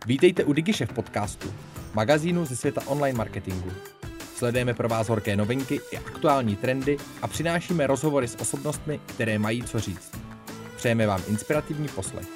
Vítejte u DigiShef podcastu, magazínu ze světa online marketingu. Sledujeme pro vás horké novinky i aktuální trendy a přinášíme rozhovory s osobnostmi, které mají co říct. Přejeme vám inspirativní poslech.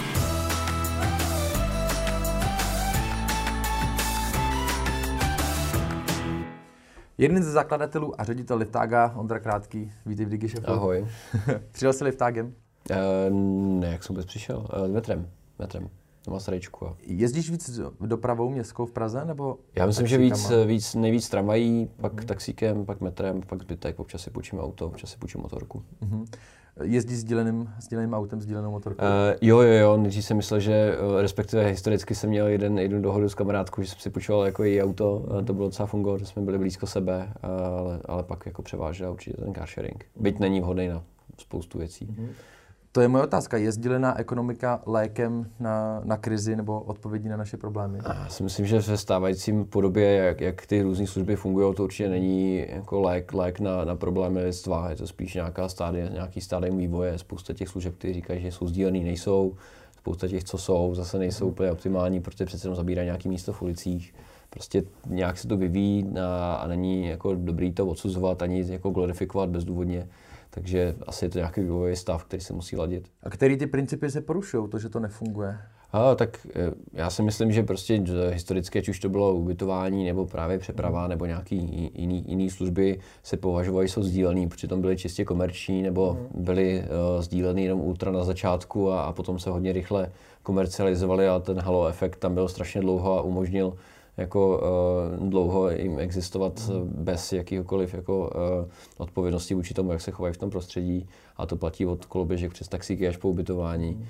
Jeden ze zakladatelů a ředitel Liftaga, Ondra Krátký, vítej v DigiShefu. Ahoj. Přijel jsi Liftagem? Ne, jak jsem vůbec přišel? Metrem. Na Masaryčku. Jezdíš víc dopravou městskou v Praze, nebo? Já myslím, že nejvíc tramvají, pak taxíkem, pak metrem, pak zbytek. Občas si půjčím auto, občas si půjčím motorku. Jezdíš sdíleným autem, sdílenou motorkou? Jo. Nejdřív jsem myslel, že respektive historicky jsem měl jednu dohodu s kamarádkou, že jsem si půjčoval jako její auto. To bylo docela fungovalo, že jsme byli blízko sebe, ale pak jako převážel určitě ten car sharing. Byť není vhodný na spoustu věcí. To je moje otázka. Je sdílená ekonomika lékem na krizi nebo odpovědí na naše problémy? Já si myslím, že ve stávajícím podobě, jak ty různé služby fungují, to určitě není jako lék na problémy lidstva. Je to spíš nějaký stádium vývoje. Spousta těch služeb, které říkají, že jsou sdílený, nejsou. Spousta těch, co jsou, zase nejsou úplně optimální, protože přece jenom zabírají nějaké místo v ulicích. Prostě nějak se to vyvíjí a není jako dobrý to odsuzovat ani jako glorifikovat bezdůvodně. Takže asi je to nějaký vývojový stav, který se musí ladit. A který ty principy se porušují, to, že to nefunguje? Tak já si myslím, že prostě historicky, ať už to bylo ubytování nebo právě přeprava nebo nějaký jiný služby se považovaly, jsou sdílený, přitom byly čistě komerční nebo byly sdílený jenom ultra na začátku a potom se hodně rychle komercializovaly a ten halo efekt tam byl strašně dlouho a umožnil jako dlouho jim existovat bez jakýhokoliv jako odpovědnosti vůči tomu, jak se chovají v tom prostředí. A to platí od koloběžek přes taxíky až po ubytování.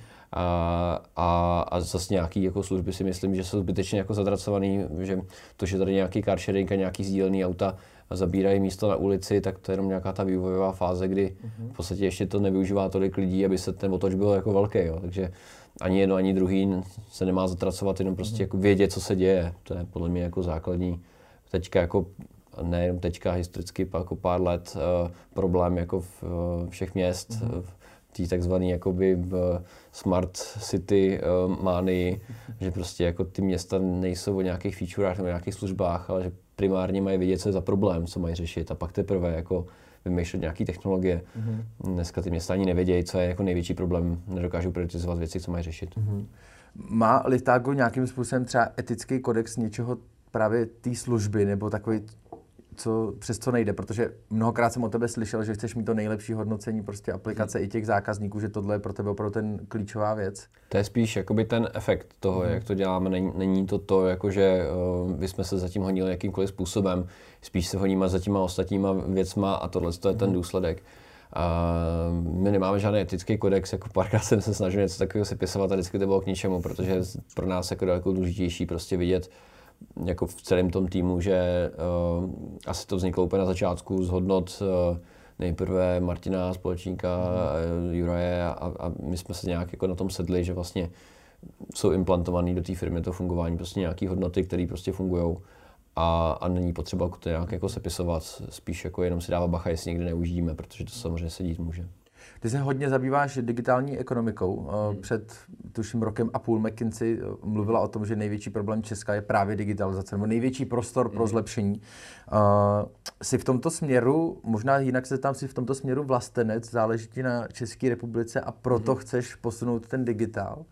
A zase nějaký jako služby si myslím, že jsou zbytečně jako zadracovaný, že to, že tady nějaký car sharing a nějaký sdílený auta zabírají místo na ulici, tak to je jenom nějaká ta vývojová fáze, kdy v podstatě ještě to nevyužívá tolik lidí, aby se ten otoč byl jako velký. Jo. Takže ani jedno, ani druhý se nemá zatracovat, jenom prostě jako vědět, co se děje. To je podle mě jako základní. Teďka jako, nejenom teďka, historicky jako pár let problém jako všech měst, tý takzvaný jakoby smart city mánii, že prostě jako ty města nejsou o nějakých featurách nebo nějakých službách, ale že primárně mají vědět, co je za problém, co mají řešit a pak teprve jako vymýšlet nějaký technologie. Dneska ty města ani nevědějí, co je jako největší problém, nedokážou prioritizovat věci, co mají řešit. Má Liftago nějakým způsobem třeba etický kodex něčeho právě té služby nebo takový, přes co nejde, protože mnohokrát jsem o tebe slyšel, že chceš mít to nejlepší hodnocení prostě aplikace i těch zákazníků, že tohle je pro tebe opravdu ten klíčová věc. To je spíš jakoby ten efekt toho, jak to děláme. Není to jako, že bychom se zatím honili jakýmkoliv způsobem, spíš se honíme za těma ostatníma věcma a tohle je ten důsledek. My nemáme žádný etický kodex, jako párkrát jsem se snažil něco takového sepisovat a vždycky to bylo k ničemu, protože pro nás jako daleko důležitější prostě vidět jako v celém tom týmu, že asi to vzniklo úplně na začátku z hodnot nejprve Martina, společníka, Juraje a my jsme se nějak jako na tom sedli, že vlastně jsou implantovaný do té firmy to fungování, prostě nějaký hodnoty, které prostě fungujou a není potřeba to nějak jako sepisovat, spíš jako jenom si dávat bacha, jestli někde neužijíme, protože to samozřejmě se dít může. Ty se hodně zabýváš digitální ekonomikou. Před tuším rokem a půl McKinsey mluvila o tom, že největší problém Česka je právě digitalizace, nebo největší prostor pro zlepšení. Jsi v tomto směru, možná jinak se tam, jsi v tomto směru vlastenec, záleží ti na České republice a proto chceš posunout ten digitál?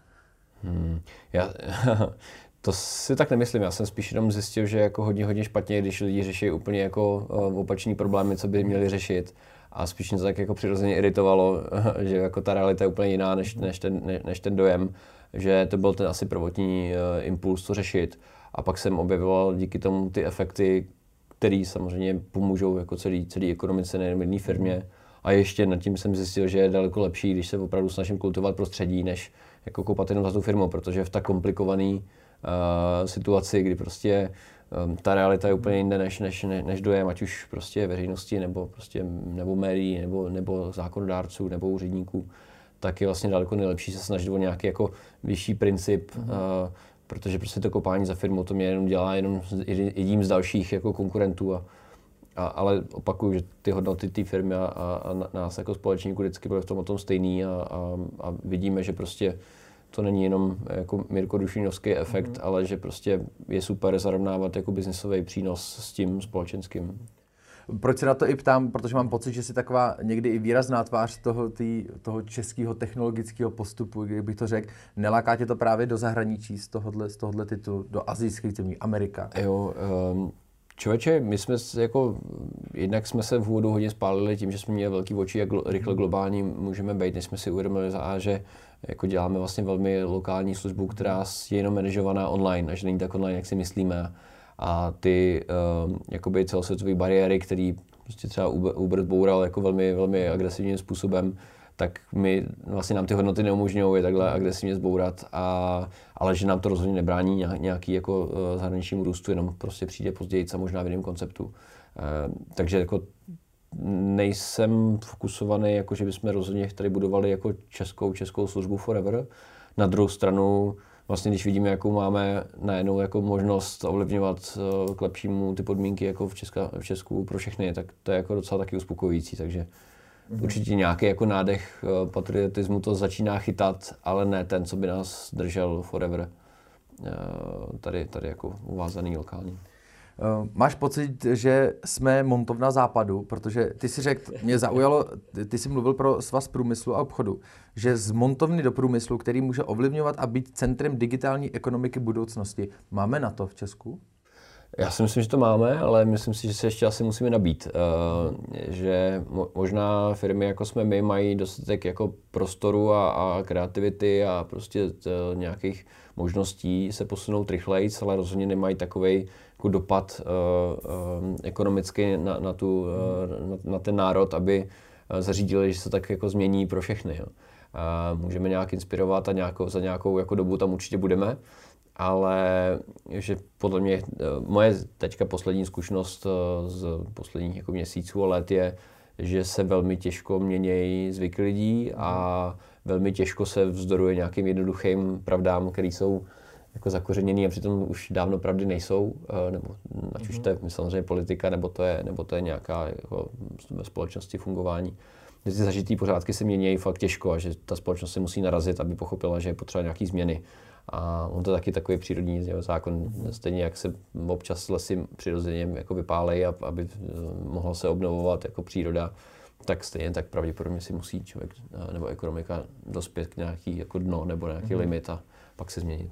To si tak nemyslím, já jsem spíš jenom zjistil, že jako hodně špatně, když lidi řeší úplně jako opační problémy, co by měli řešit. A spíš mě to tak jako přirozeně iritovalo, že jako ta realita je úplně jiná než ten dojem, že to byl ten asi prvotní impuls to řešit. A pak jsem objevoval díky tomu ty efekty, které samozřejmě pomůžou jako celý ekonomice, nejen jedné firmě. A ještě nad tím jsem zjistil, že je daleko lepší, když se opravdu snažím kultivovat prostředí, než jako koupat jenom za tu firmu, protože v tak komplikované situaci, kdy prostě ta realita je úplně jinde než dojem, ať už prostě veřejnosti, nebo médií, nebo zákonodárců, nebo úředníků, tak je vlastně daleko nejlepší se snažit o nějaký jako vyšší princip, protože prostě to kopání za firmu to mě jenom dělá jedním z dalších jako konkurentů. Ale opakuju, že ty hodnoty té firmy a nás jako společníků vždycky byly v tom o tom stejný a vidíme, že prostě to není jenom jako Mirko Dušinovský efekt, ale že prostě je super zarovnávat jako biznisový přínos s tím společenským. Proč se na to i ptám? Protože mám pocit, že jsi taková někdy i výrazná tvář toho českého technologického postupu, jak bych to řekl. Neláká tě to právě do zahraničí z tohohle titulu, do asijských zemí, Amerika? Jo, člověče, my jsme jednak jsme se v úvodu hodně spálili tím, že jsme měli velký oči, jak rychle globální můžeme být, než jsme si uvědomili za A, že jako děláme vlastně velmi lokální službu, která je jenom manažovaná online a že není tak online, jak si myslíme. A ty jakoby celosvětové bariéry, které prostě třeba Uber boural jako velmi, velmi agresivním způsobem, tak vlastně nám ty hodnoty neumožňují je takhle agresivně zbourat, ale že nám to rozhodně nebrání nějaký jako zahraničnímu růstu, jenom prostě přijde později a možná v jiném konceptu. Takže jako nejsem fokusovaný, jako že bychom rozhodně tady budovali jako českou službu forever. Na druhou stranu vlastně, když vidíme, jakou máme najednou jako možnost ovlivňovat k lepšímu ty podmínky jako v Česku pro všechny, tak to je jako docela taky uspokojující, takže určitě nějaký jako nádech patriotismu to začíná chytat, ale ne ten, co by nás držel forever tady jako uvázaný lokální. Máš pocit, že jsme montovna západu, protože ty si řekl, mě zaujalo, ty jsi mluvil pro Svaz průmyslu a obchodu, že z montovny do průmyslu, který může ovlivňovat a být centrem digitální ekonomiky budoucnosti, máme na to v Česku? Já si myslím, že to máme, ale myslím si, že se ještě asi musíme nabít. Že možná firmy, jako jsme my, mají dostatek jako prostoru a kreativity a prostě nějakých možností se posunout rychleji, ale rozhodně nemají takovej jako dopad ekonomický na ten národ, aby zařídili, že se tak jako změní pro všechny. Jo. Můžeme nějak inspirovat a za nějakou jako dobu tam určitě budeme. Ale že podle mě moje teďka poslední zkušenost z posledních jako měsíců a let je, že se velmi těžko mění zvyky lidí a velmi těžko se vzdoruje nějakým jednoduchým pravdám, které jsou jako zakořeněný a přitom už dávno pravdy nejsou, nebo ať už to je samozřejmě politika, nebo to je nějaká jako ve společnosti fungování. Ty zažitý pořádky se mění fakt těžko a že ta společnost se musí narazit, aby pochopila, že je potřeba nějaký změny. A on to taky takový přírodní zákon, stejně jak se občas lesy přirozeně jako vypálejí, aby mohla se obnovovat jako příroda, tak stejně tak pravděpodobně si musí člověk nebo ekonomika dospět k nějaký jako dno nebo nějaký limit a pak se změnit.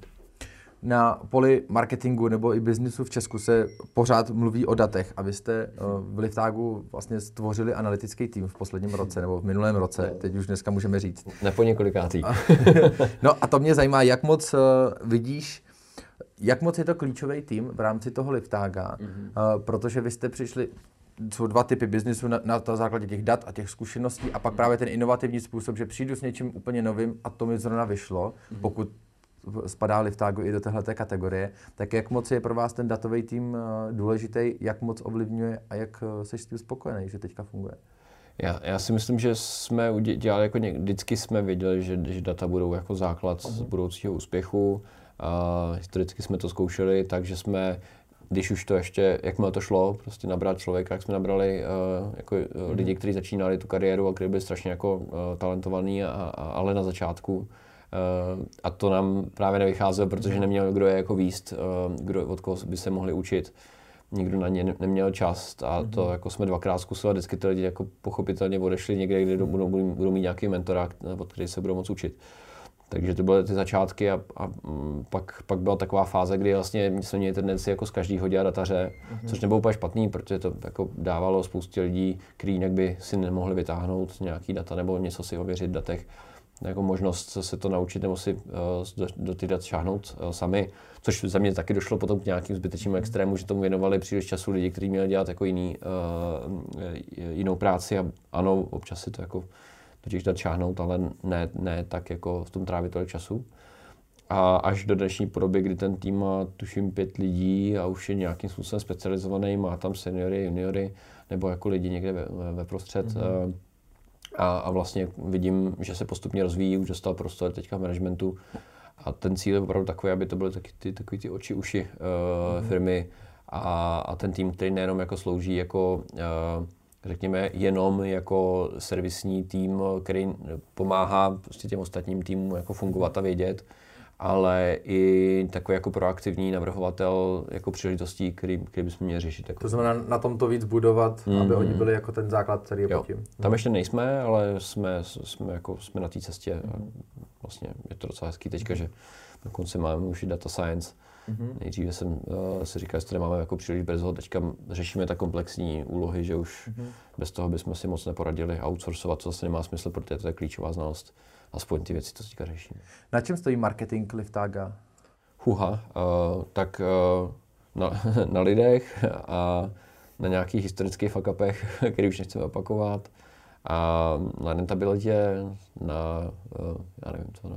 Na poli marketingu nebo i biznisu v Česku se pořád mluví o datech a vy jste v Liftagu vlastně stvořili analytický tým v posledním roce nebo v minulém roce, teď už dneska můžeme říct. Po několikátý. No a to mě zajímá, jak moc vidíš, jak moc je to klíčový tým v rámci toho Liftaga, protože vy jste přišli, jsou dva typy biznisu na základě těch dat a těch zkušeností a pak právě ten inovativní způsob, že přijdu s něčím úplně novým a to mi zrovna vyšlo, pokud spadá Liftago i do téhleté kategorie, tak jak moc je pro vás ten datový tým důležitý, jak moc ovlivňuje a jak jsi s tím spokojený, že teďka funguje? Já si myslím, že jsme dělali jako vždycky jsme věděli, že data budou jako základ z budoucího úspěchu. Historicky jsme to zkoušeli, takže jsme, když už to ještě, jakmile to šlo, prostě nabrat člověka, jak jsme nabrali jako lidi, kteří začínali tu kariéru a kteří byli strašně jako talentovaní, ale na začátku. A to nám právě nevycházelo, protože neměl kdo je jako víst, od koho by se mohli učit. Nikdo na ně neměl čas a to jako jsme dvakrát zkusili, vždycky ty lidi jako pochopitelně odešli někde, kde budou mít nějaký mentora, od který se budou moc učit. Takže to byly ty začátky a pak byla taková fáze, kdy vlastně jsme měli tendenci jako z každého dělat dataře, což nebylo úplně špatný, protože to jako dávalo spoustě lidí, kteří jinak by si nemohli vytáhnout nějaký data nebo něco si ověřit v datech, jako možnost se to naučit nebo si do těch dat šáhnout sami, což za mě taky došlo potom k nějakým zbytečným extrému, že tomu věnovali příliš času lidi, kteří měli dělat jako jinou práci a ano, občas si to jako do těch dat šáhnout, ale ne tak jako v tom trávit tolik času. A až do dnešní podoby, kdy ten tým má tuším 5 lidí a už je nějakým způsobem specializovaný, má tam seniory, juniory nebo jako lidi někde ve prostřed. A vlastně vidím, že se postupně rozvíjí, už dostal prostor teďka v managementu a ten cíl je opravdu takový, aby to byly takový ty oči, uši firmy a ten tým, který nejenom jako slouží jako řekněme, jenom jako servisní tým, který pomáhá prostě těm ostatním týmům jako fungovat a vědět, ale i takový jako proaktivní navrhovatel jako příležitostí, který bychom měli řešit. Jako. To znamená na tom to víc budovat, aby oni byli jako ten základ, který je pod tím. Tam ještě nejsme, ale jsme na té cestě. Vlastně je to docela hezký teďka, že dokonce máme už i data science. Nejdříve jsem si říkal, že tady máme jako příliš brzo, teďka řešíme tak komplexní úlohy, že už bez toho bychom si moc neporadili outsourcovat, co zase nemá smysl, protože to je klíčová znalost. Aspoň ty věci, co teďka řešíme. Na čem stojí marketing Liftaga? Tak na lidech a na nějakých historických fuck-upech, který už nechceme opakovat. A na rentabilitě, já nevím co.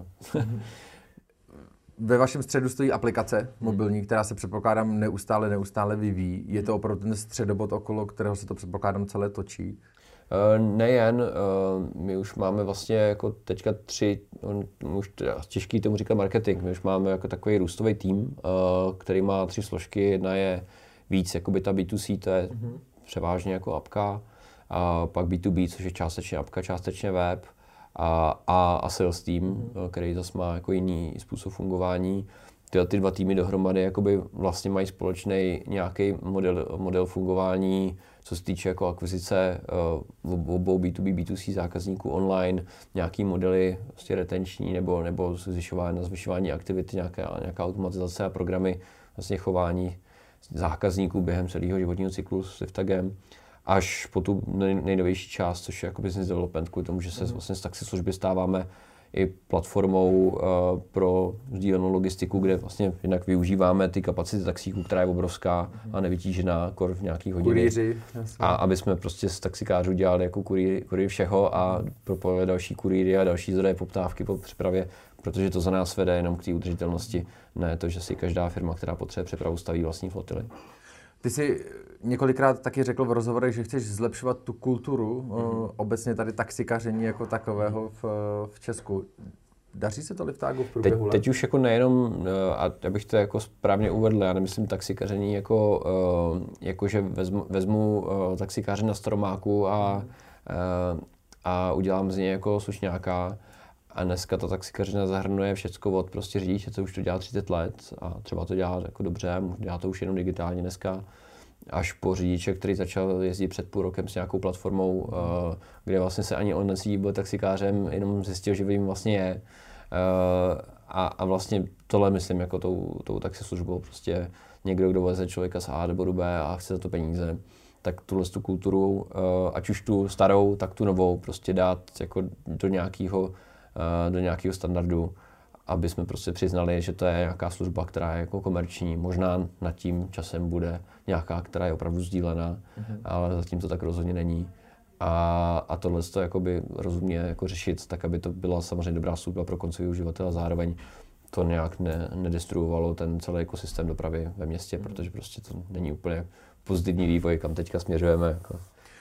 Ve vašem středu stojí aplikace mobilní, která se předpokládám neustále vyvíjí. Je to opravdu ten středobod, okolo kterého se to předpokládám celé točí? Nejen, my už máme vlastně jako teďka už těžký tomu říkat marketing, my už máme jako takový růstový tým, který má 3 složky. Jedna je víc jakoby ta B2C, to je převážně jako apka, a pak B2B, což je částečně apka, částečně web, a sales team, který zase má jako jiný způsob fungování. Ty 2 týmy dohromady jakoby vlastně mají společný nějaký model fungování, co se týče jako akvizice obou B2B, B2C zákazníků online, nějaký modely vlastně retenční nebo zvyšování aktivity, nějaká automatizace a programy vlastně chování zákazníků během celého životního cyklu s Liftagem, až po tu nejnovější část, což je jako business development, kvůli tomu, že se vlastně z taxislužby stáváme i platformou pro sdílenou logistiku, kde vlastně jinak využíváme ty kapacity taxíků, která je obrovská a nevytížená v nějakých hodinách. Kurýři. A aby jsme prostě z taxikářů dělali jako kurýry všeho a propojili další kurýry a další zdroje poptávky po přepravě, protože to za nás vede jenom k té udržitelnosti, ne to, že si každá firma, která potřebuje přepravu, staví vlastní flotily. Ty jsi několikrát taky řekl v rozhovorech, že chceš zlepšovat tu kulturu, obecně tady taxikaření jako takového v Česku. Daří se to Liftagu v průběhu let? Teď už jako nejenom, a abych to jako správně uvedl, já nemyslím taxikaření jako že vezmu taxikáře na Staromáku a udělám z něj jako slušňáka. A dneska ta taxikařina zahrnuje všecko od prostě řidiče, co už to dělá 30 let a třeba to dělá jako dobře, dělá to už jenom digitálně dneska, až po řidiče, který začal jezdit před půl rokem s nějakou platformou, kde vlastně se ani on necítí byl taxikářem, jenom zjistil, že jim vlastně je. A vlastně tohle myslím jako tou taxislužbou, prostě někdo, kdo veze člověka z A do B a chce za to peníze, tak tu kulturu, ať už tu starou, tak tu novou, prostě dát jako do nějakého standardu, aby jsme prostě přiznali, že to je nějaká služba, která je jako komerční. Možná nad tím časem bude nějaká, která je opravdu sdílená, ale zatím to tak rozhodně není. A tohle to jakoby rozumně jako řešit, tak aby to byla samozřejmě dobrá služba pro koncový uživatel a zároveň to nějak nedestruovalo ten celý ekosystém dopravy ve městě, protože prostě to není úplně pozitivní vývoj, kam teďka směřujeme. Jako.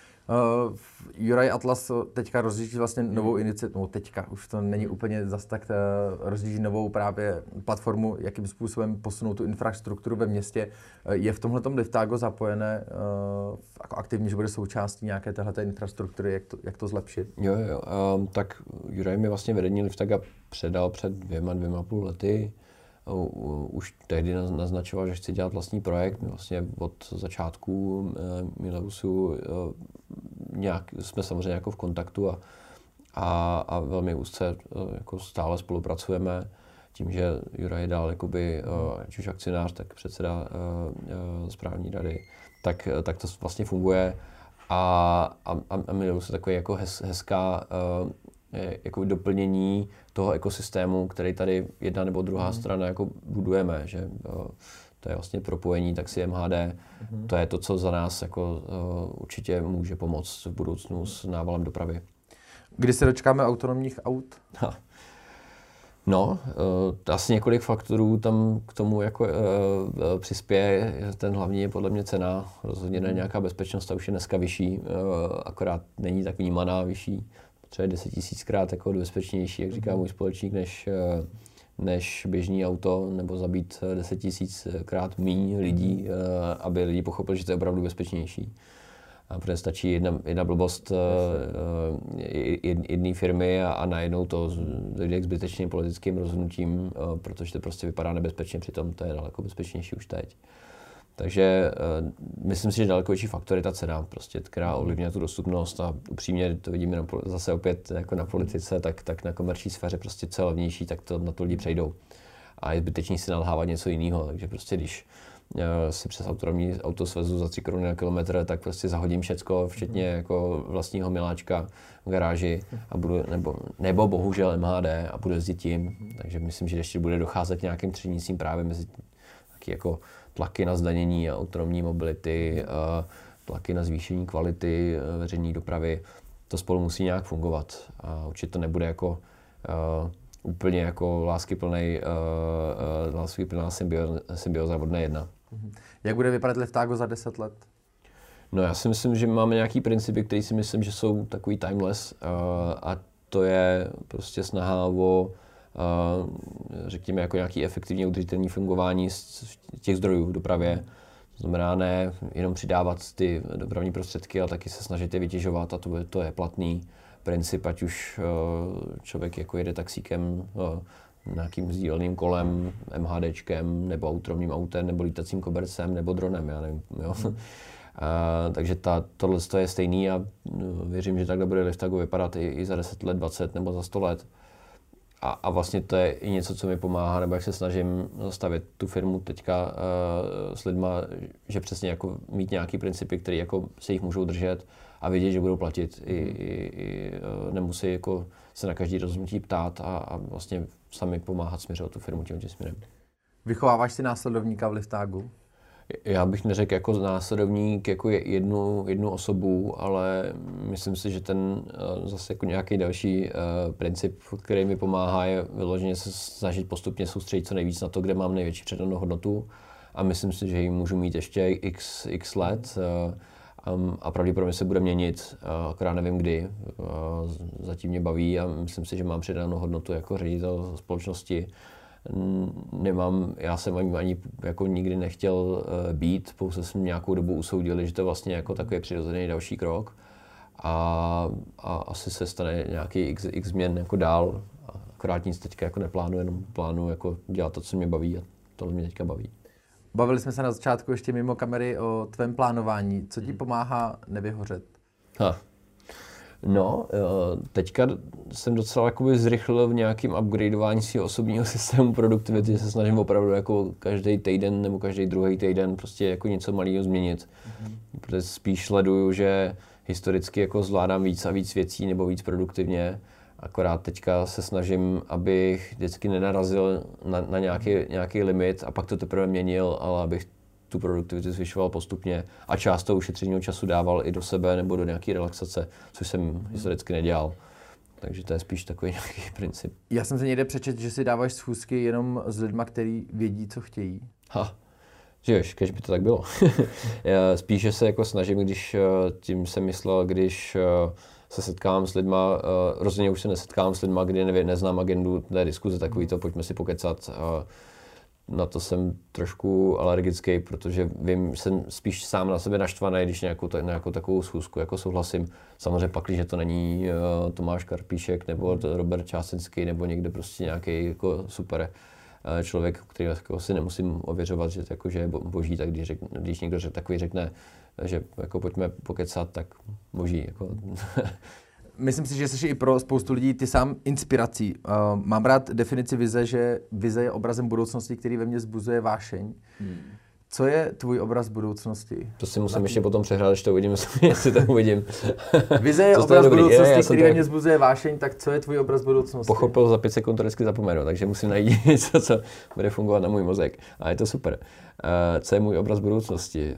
Juraj Atlas teďka rozjíždí vlastně novou iniciativu, teďka už to není úplně zas tak, rozjíždí novou právě platformu, jakým způsobem posunout tu infrastrukturu ve městě. Je v tomhletom Liftago zapojené jako aktivně, že bude součástí nějaké téhleté infrastruktury, jak to zlepšit? Jo. Tak Juraj mi vlastně vedení Liftaga předal před 2,5 lety. Už tehdy naznačoval, že chci dělat vlastní projekt. My vlastně od začátku Mileusu nějak jsme samozřejmě jako v kontaktu a velmi úzce jako stále spolupracujeme. Tím, že Juraj je dál jakoby, ať už akcionář, tak předseda správní rady, tak to vlastně funguje. A Mileus je takový jako hezká jako doplnění toho ekosystému, který tady jedna nebo druhá strana jako budujeme, že to je vlastně propojení taxi MHD. To je to, co za nás jako určitě může pomoct v budoucnu s návalem dopravy. Kdy se dočkáme autonomních aut? No, asi několik faktorů tam k tomu jako přispěje. Ten hlavní je podle mě cena. Rozhodně ne nějaká bezpečnost, ta už je dneska vyšší, akorát není tak vnímaná vyšší. Třeba 10 000krát jako bezpečnější, jak říká můj společník, než běžný auto, nebo zabít 10 000krát míň lidí, aby lidi pochopili, že to je opravdu bezpečnější. A protože stačí jedna blbost jedné firmy a najednou to dojde k zbytečným politickým rozhodnutím, protože to prostě vypadá nebezpečně, přitom to je daleko bezpečnější už teď. Takže myslím si, že daleko větší faktor je ta cena, prostě, která ovlivňuje tu dostupnost a upřímně to vidíme zase opět jako na politice, tak na komerční sféře prostě co je levnější, tak to na to lidi přejdou. A je zbytečný si nalhávat něco jiného, takže prostě když si přes autonomní auto svezu za 3 koruny na kilometr, tak prostě zahodím všecko, včetně jako vlastního miláčka v garáži a budu, nebo bohužel MHD a budu jezdit tím. Takže myslím, že ještě bude docházet k nějakým třenicím právě mezi taky jako tlaky na zdanění a autonomní mobility, tlaky na zvýšení kvality veřejné dopravy. To spolu musí nějak fungovat a určitě to nebude jako úplně jako láskyplná symbioza od dne jedna. Jak bude vypadat Liftago za 10 let? No já si myslím, že máme nějaký principy, které si myslím, že jsou takový timeless a to je prostě snaha o řekněme jako nějaký efektivně udržitelný fungování z těch zdrojů v dopravě. To znamená ne jenom přidávat ty dopravní prostředky, ale taky se snažit je vytěžovat a to je platný princip, ať už člověk jako jede taxíkem, nějakým sdíleným kolem, MHDčkem, nebo autonomním autem, nebo lítacím kobercem, nebo dronem, já nevím. Jo. Takže tohle je stejný a věřím, že takhle bude Liftago vypadat i za 10 let, 20 nebo za 100 let. A vlastně to je i něco, co mi pomáhá, nebo jak se snažím zastavit tu firmu teďka s lidma, že přesně jako mít nějaký principy, které jako se jich můžou držet a vědět, že budou platit. I nemusí jako se na každý rozhodnutí ptát a vlastně sami pomáhat směřovat tu firmu tím směrem. Vychováváš si následovníka v Liftagu? Já bych neřekl jako následovník jako jednu osobu, ale myslím si, že ten zase jako nějaký další princip, který mi pomáhá, je vyloženě se snažit postupně soustředit co nejvíc na to, kde mám největší přidanou hodnotu a myslím si, že ji můžu mít ještě x let a pravděpodobně se bude měnit, akorát nevím kdy. Zatím mě baví a myslím si, že mám přidanou hodnotu jako ředitel společnosti. Já jsem ani jako nikdy nechtěl být, pouze jsme nějakou dobu usoudili, že to vlastně jako takový přirozený další krok a asi se stane nějaký x změn jako dál, akorát nic teďka jako neplánuji, jenom plánuji jako dělat to, co mě baví a tohle mě teďka baví. Bavili jsme se na začátku ještě mimo kamery o tvém plánování. Co ti pomáhá nevyhořet? No, teďka jsem docela jakoby zrychlil v nějakém upgradeování svého osobního systému produktivity, se snažím opravdu jako každý týden nebo každý druhý týden prostě jako něco malého změnit. Protože spíš sleduju, že historicky jako zvládám víc a víc věcí nebo víc produktivně. Akorát teďka se snažím, abych vždycky nenarazil na nějaký limit a pak to teprve měnil, ale abych tu produktivitu zvyšoval postupně a část toho ušetřeného času dával i do sebe nebo do nějaké relaxace, což jsem historicky nedělal. Takže to je spíš takový nějaký princip. Já jsem se někde přečetl, že si dáváš schůzky jenom s lidma, kteří vědí, co chtějí. Žiješ, kež by to tak bylo. Spíše se jako snažím, když tím jsem myslel, když se setkávám s lidma, rozhodně už se nesetkávám s lidma, kdy neznám agendu té diskuze, takový to, pojďme si pokecat. Na to jsem trošku alergický, protože jsem spíš sám na sebe naštvaný, když nějakou takovou schůzku jako souhlasím. Samozřejmě pak, že to není Tomáš Karpíšek nebo Robert Čásenský nebo někde prostě nějaký jako super člověk, který jako si nemusím ověřovat, že je boží, tak když někdo takový řekne, že jako pojďme pokecat, tak boží. Jako. Myslím si, že jsi i pro spoustu lidí ty sám inspirací. Mám rád definici vize, že vize je obrazem budoucnosti, který ve mně vzbuzuje vášeň. Co je tvůj obraz budoucnosti? To si musím ještě potom přehrát, když to uvidím, jestli to uvidím. Vize je obraz budoucnosti, který ve mně vzbuzuje vášeň, tak co je tvůj obraz budoucnosti? Pochopil, za 5 sekund to vždycky zapomenu, takže musím najít něco, co bude fungovat na můj mozek. A je to super. Co je můj obraz budoucnosti?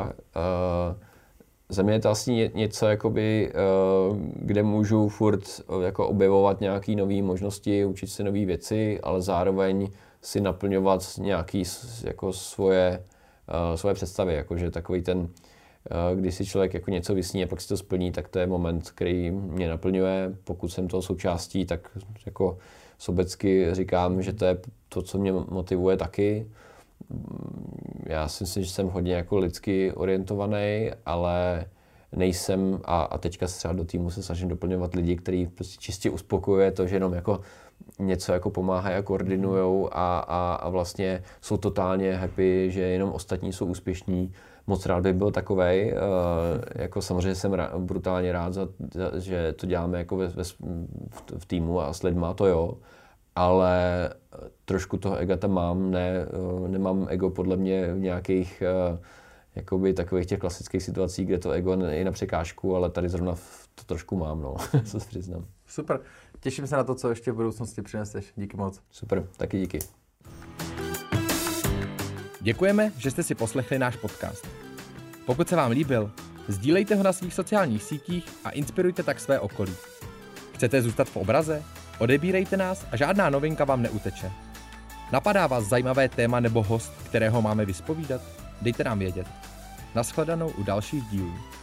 Za mě je to asi něco, jakoby, kde můžu furt jako objevovat nějaké nové možnosti, učit se nové věci, ale zároveň si naplňovat nějaké jako svoje představy. Jakože takový ten, když si člověk jako něco vysní a pak si to splní, tak to je moment, který mě naplňuje. Pokud jsem toho součástí, tak jako sobecky říkám, že to je to, co mě motivuje taky. Já si myslím, že jsem hodně jako lidsky orientovaný, ale nejsem a teďka třeba do týmu se snažím doplňovat lidi, kteří prostě čistě uspokojuje to, že jenom jako něco jako pomáhají a koordinujou a vlastně jsou totálně happy, že jenom ostatní jsou úspěšní. Moc rád bych byl takovej, jako samozřejmě jsem brutálně rád, že to děláme jako v týmu a s lidma, to jo, ale trošku toho ega tam mám, nemám ego podle mě v nějakých jakoby takových těch klasických situacích, kde to ego je na překážku, ale tady zrovna to trošku mám, no, co si přiznám. Super, těším se na to, co ještě v budoucnosti přineseš, díky moc. Super, taky díky. Děkujeme, že jste si poslechli náš podcast. Pokud se vám líbil, sdílejte ho na svých sociálních sítích a inspirujte tak své okolí. Chcete zůstat v obraze? Odebírejte nás a žádná novinka vám neuteče. Napadá vás zajímavé téma nebo host, kterého máme vyspovídat? Dejte nám vědět. Nashledanou u dalších dílů.